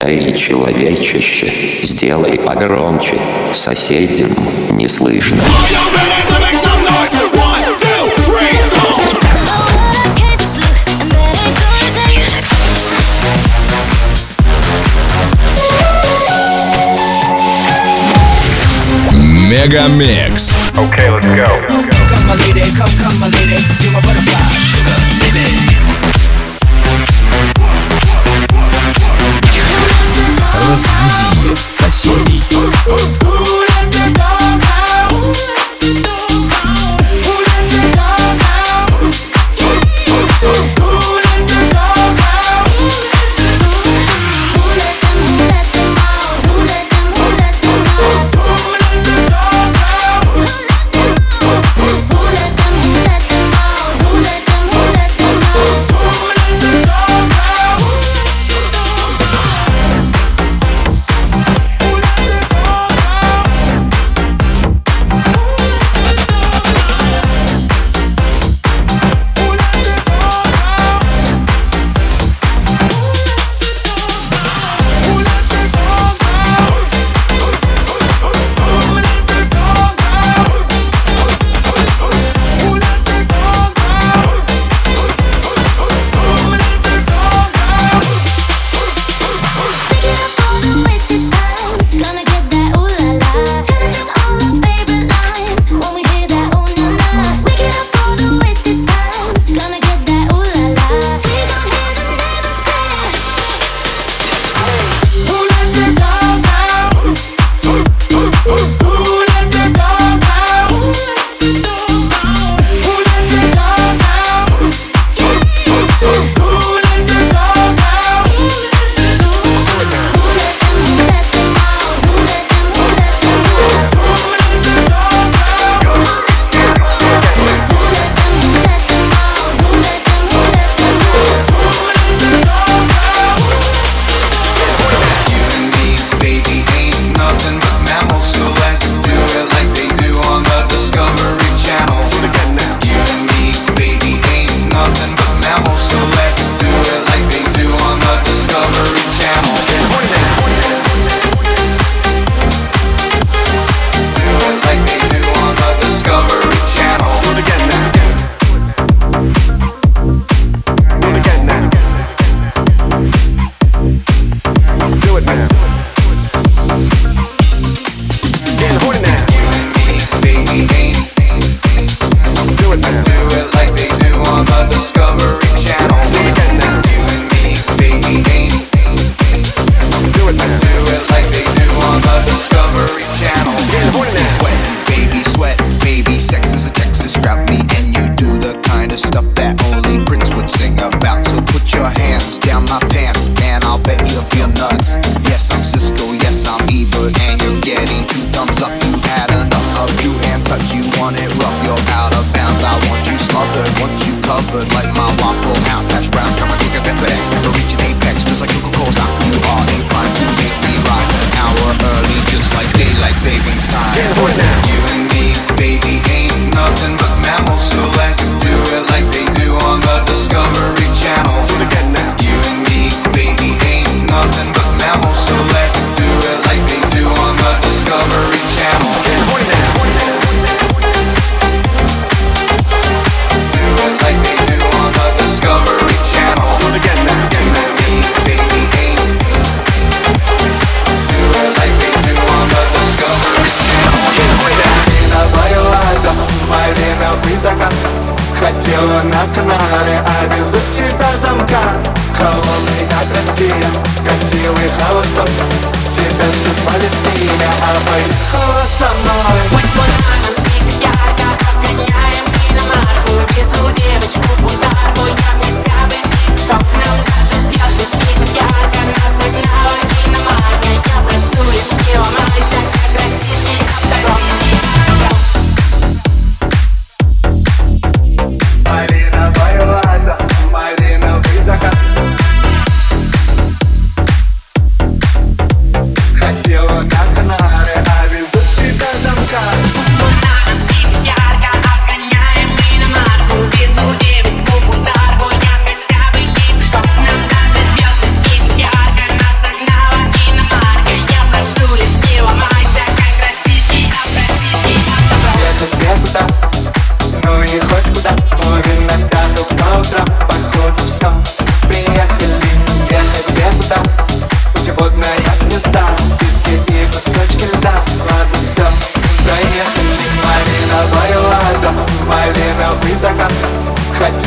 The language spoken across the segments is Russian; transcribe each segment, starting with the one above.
Эй, человечище, сделай погромче, соседям не слышно. Мегамикс. Okay, let's go. Come my lady, come my lady, you're my butterfly, sugar, baby. Разбуди соседей. Хотела на Канаре, а без тебя замка. Холодный, как Россия, красивый холосток. Тебя все звали с ними, а поехала со мной. Пусть луна светит ярко, обгоняем иномарку. Везу девочку бунтарку, я хотя бы чтоб нам даже звезды светят ярко. Нас догнала иномарка, я прошу лишь не ломайся, как российский автодром. Марина Байлайда, Марина Высока. Хотела на Канары, а везут тебя замка.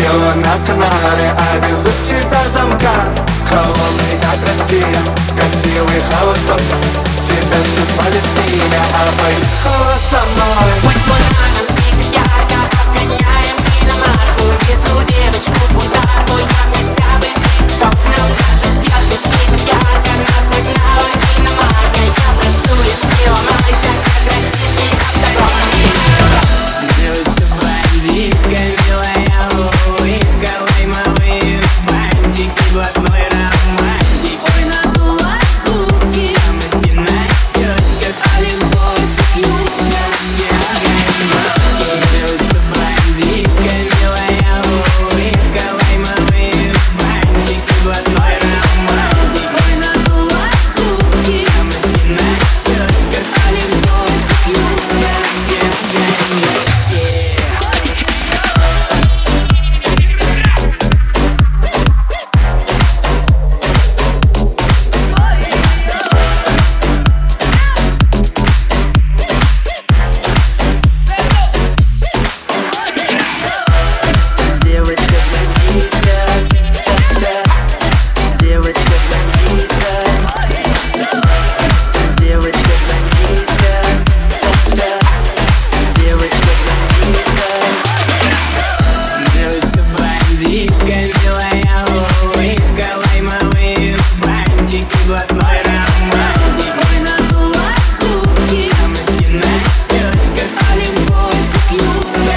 красиво на Канаре, а без тебя замка. Колонны как Россия, красивый холосток. Тебя все свали с ними, а поехала со мной. Пусть луна нам светит ярко, обгоняем иномарку. Везу девочку бунтарку, я хотя бы чтоб нам даже звезды светят ярко. Нас нагнала иномарка, я прошу, лишь не ломайся, как российский автодом. Девочка блондинка, милая улыбка, лаймовые бантики, блатной романтик. Ой, надула губки, дамочкина щечка, олимпийский юбка, девочка блондинка, милая улыбка, лаймовые бантики, блатной романтик. Ой, надула губки, дамочкина щечка, олимпийский юбка, блатной романтик. Ой, надула губки, дамочкина щечка, олимпийский юбка,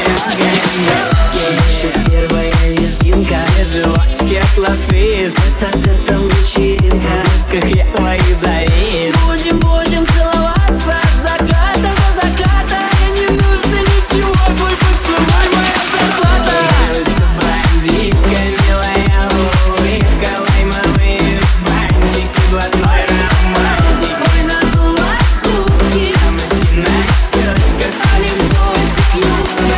еще первая лезгинка, на животике клафис. Это вечеринка, как я твои завис. Будем целоваться от заката до заката. Мне не нужно ничего, твой поцелуй, моя зарплата. Девочка блондинка, милая улыбка, лаймовые бантики, блатной романтик. Ой, надула губки, дамочкина щечка, олимпийский юбка,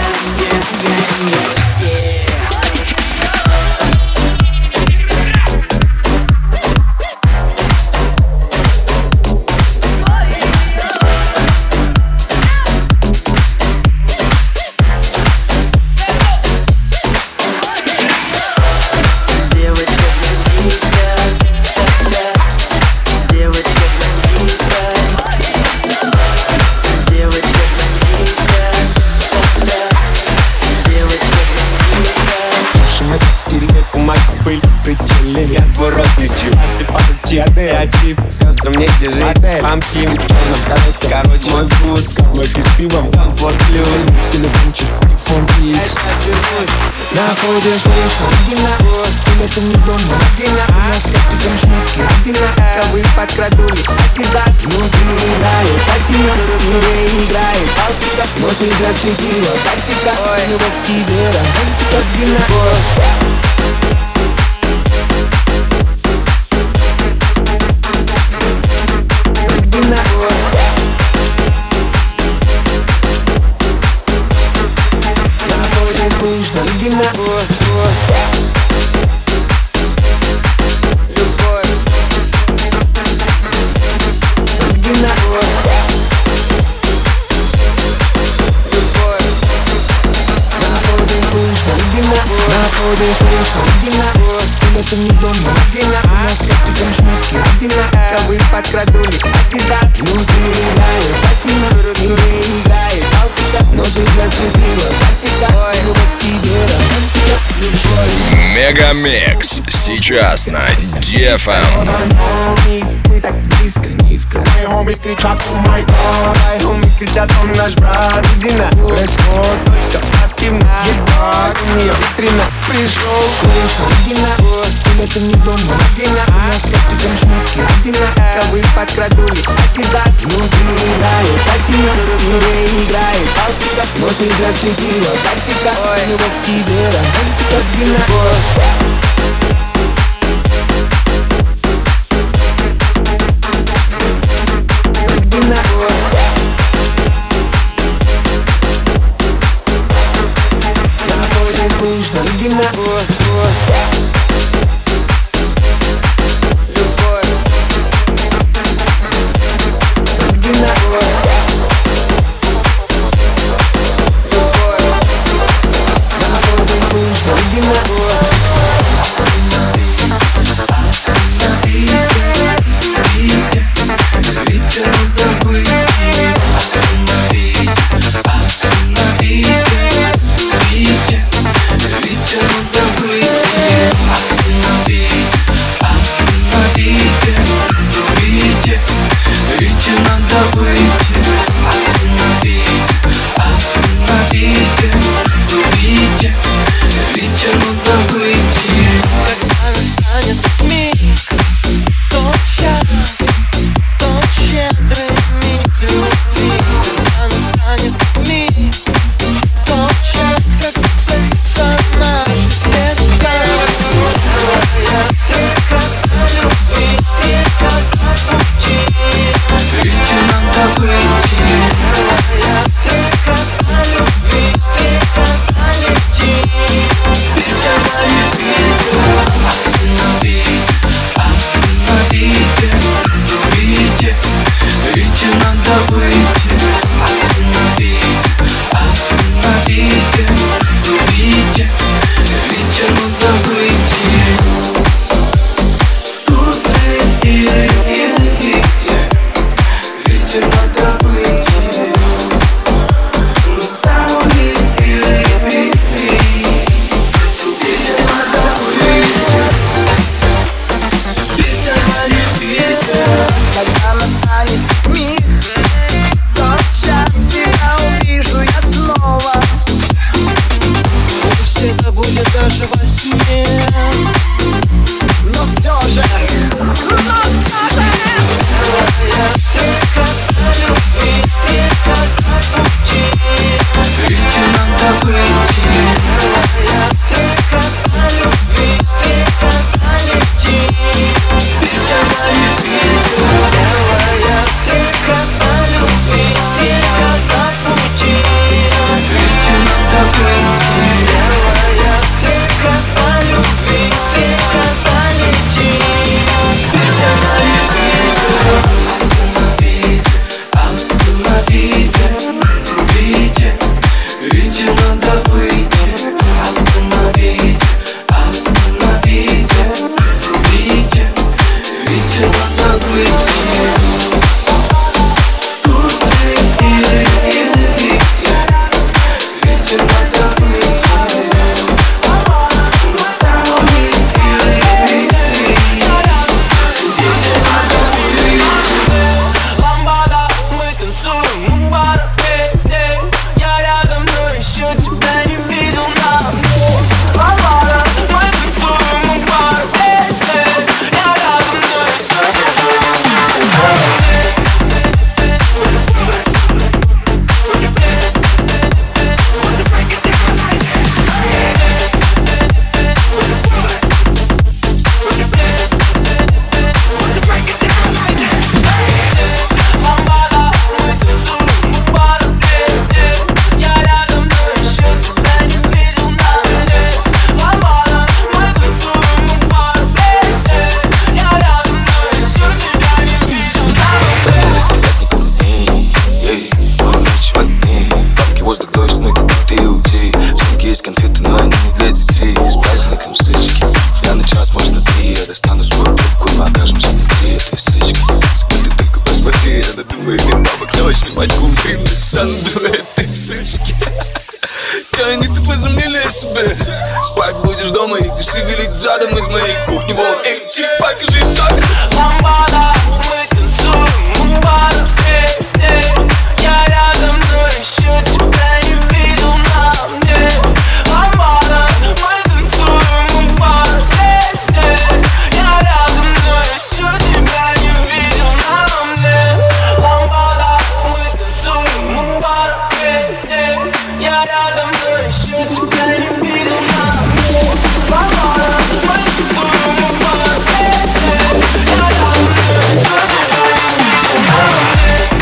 я твой рот лечу, а ты подучи отель, сестры мне держи, пампки в черном коробке. Короче, мой вкус, как мой с пивом, комфорт плюс. Телефончик, iPhone X. Находишь слышно, одинаково, или это не дома, одинаково. У нас как-то шмотки, одинаково, подкрадули, окидать. Внутри играет, патина, тебе играет, палтика. Но ты зацепила, тактика, любовь к тебе, романтика, одинаково. Это не дома, у нас как-то шмотки, одинаковые, подкрадули, окидать. Внутри играет патина, тебе играет палтика. Но ты зацепила, тактика, любовь к тебе, романтика, любовь. Мегамикс сейчас на DFM. Мы так близко, низко. Мои хоми кричат, о май гад. Мои хоми кричат, он наш брат. Едина, дресс-код, точка спортивная. Ебать, у нее витрина. Пришел, слышно, едина. Это не дома, у нас как-то шмотки, одинаковые, подкрадули, окидать. Внутри играет патина, тебе играет палтика. Но ты зацепила, тактика, любовь к тебе, романтика, одинаково. Сандра этой сучки. Чё они тупо замели себе? Спать будешь дома и ты шевелить задом из моей кухни. Вот, эй, чип, покажи так. Ламбада, мы танцуем, ламбада вместе. Я рядом, но еще тебя не видел на мне. Ламбада, мы танцуем, ламбада вместе. Я рядом, но еще тебя не видел на мне. Ламбада, мы танцуем, ламбада вместе. Я рядом, но еще тебя не видел на мне. Ламбада, мы танцуем, ламбада вместе. Я рядом, но еще тебя не видел на мне.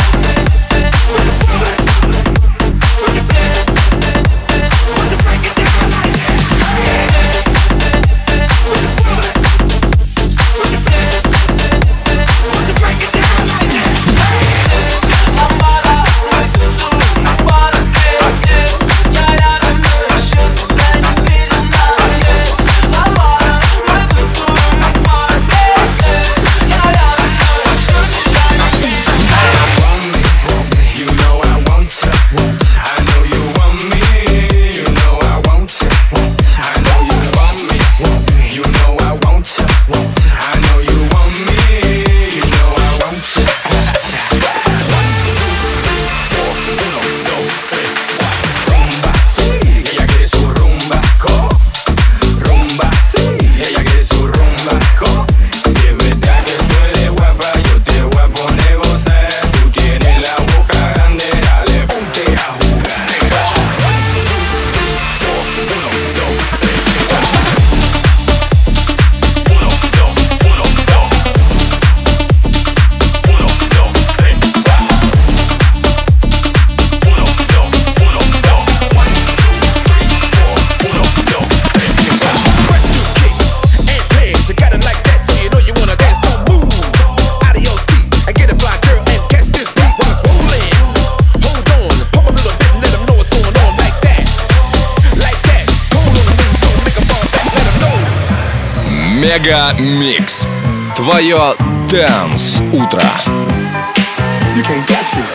Мега Микс. Твое Dance утро. You can't touch this.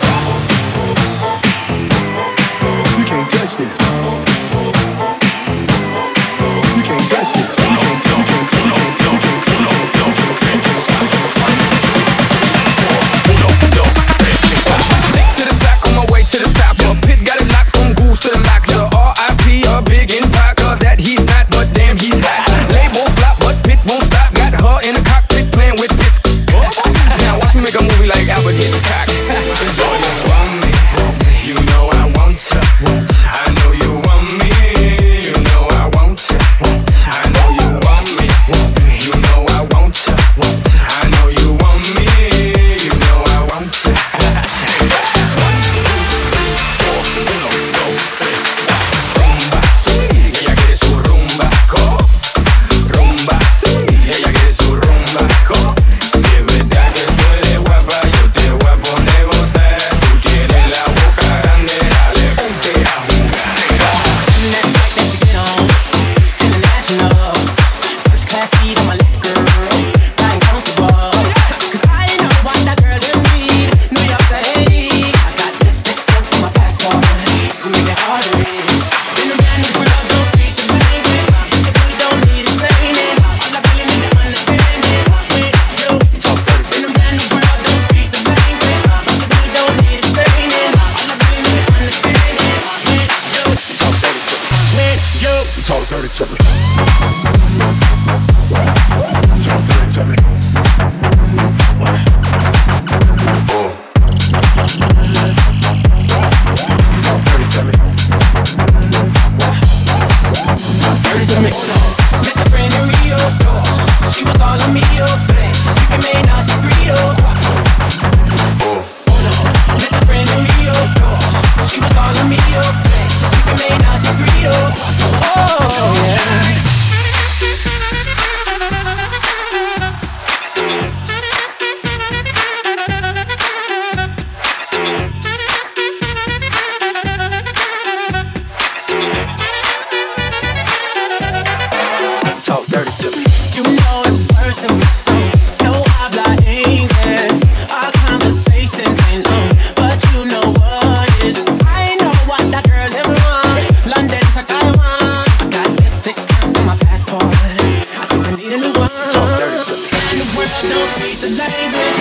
You can't touch this. You can't touch this. To the back on my way to the top. A pit got it locked from goose to the lock. The R.I.P. a big impact. That he's not, but damn he's hot. Label flop, but pit won't stop. Got her in the cockpit playing with bits. Now watch me make a movie like Albert Hitchcock. Boy, you want me, you know I want you. I know you want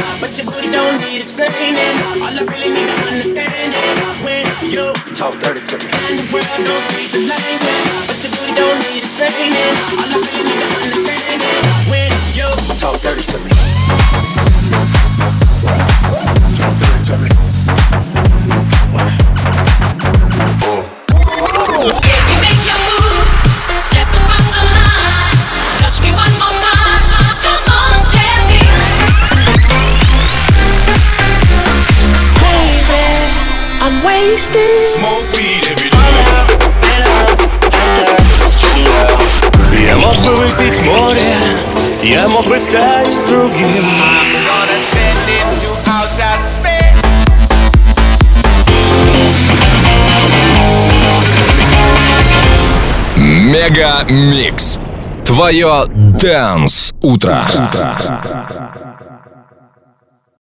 but your booty don't need explaining. All I really need to understand is when you Talk dirty to me. and the world don't speak the language, but your booty don't need explaining. All I really need to understand is when you Talk dirty to me. Talk dirty to me. If you make your move, step across the line, touch me one more time. Come on, tell me. Baby, I'm wasted. Smoke weed every day. Я мог бы выпить море, я мог бы стать другим. Gonna send it to outer space. Мега Микс. Твое Dance утро.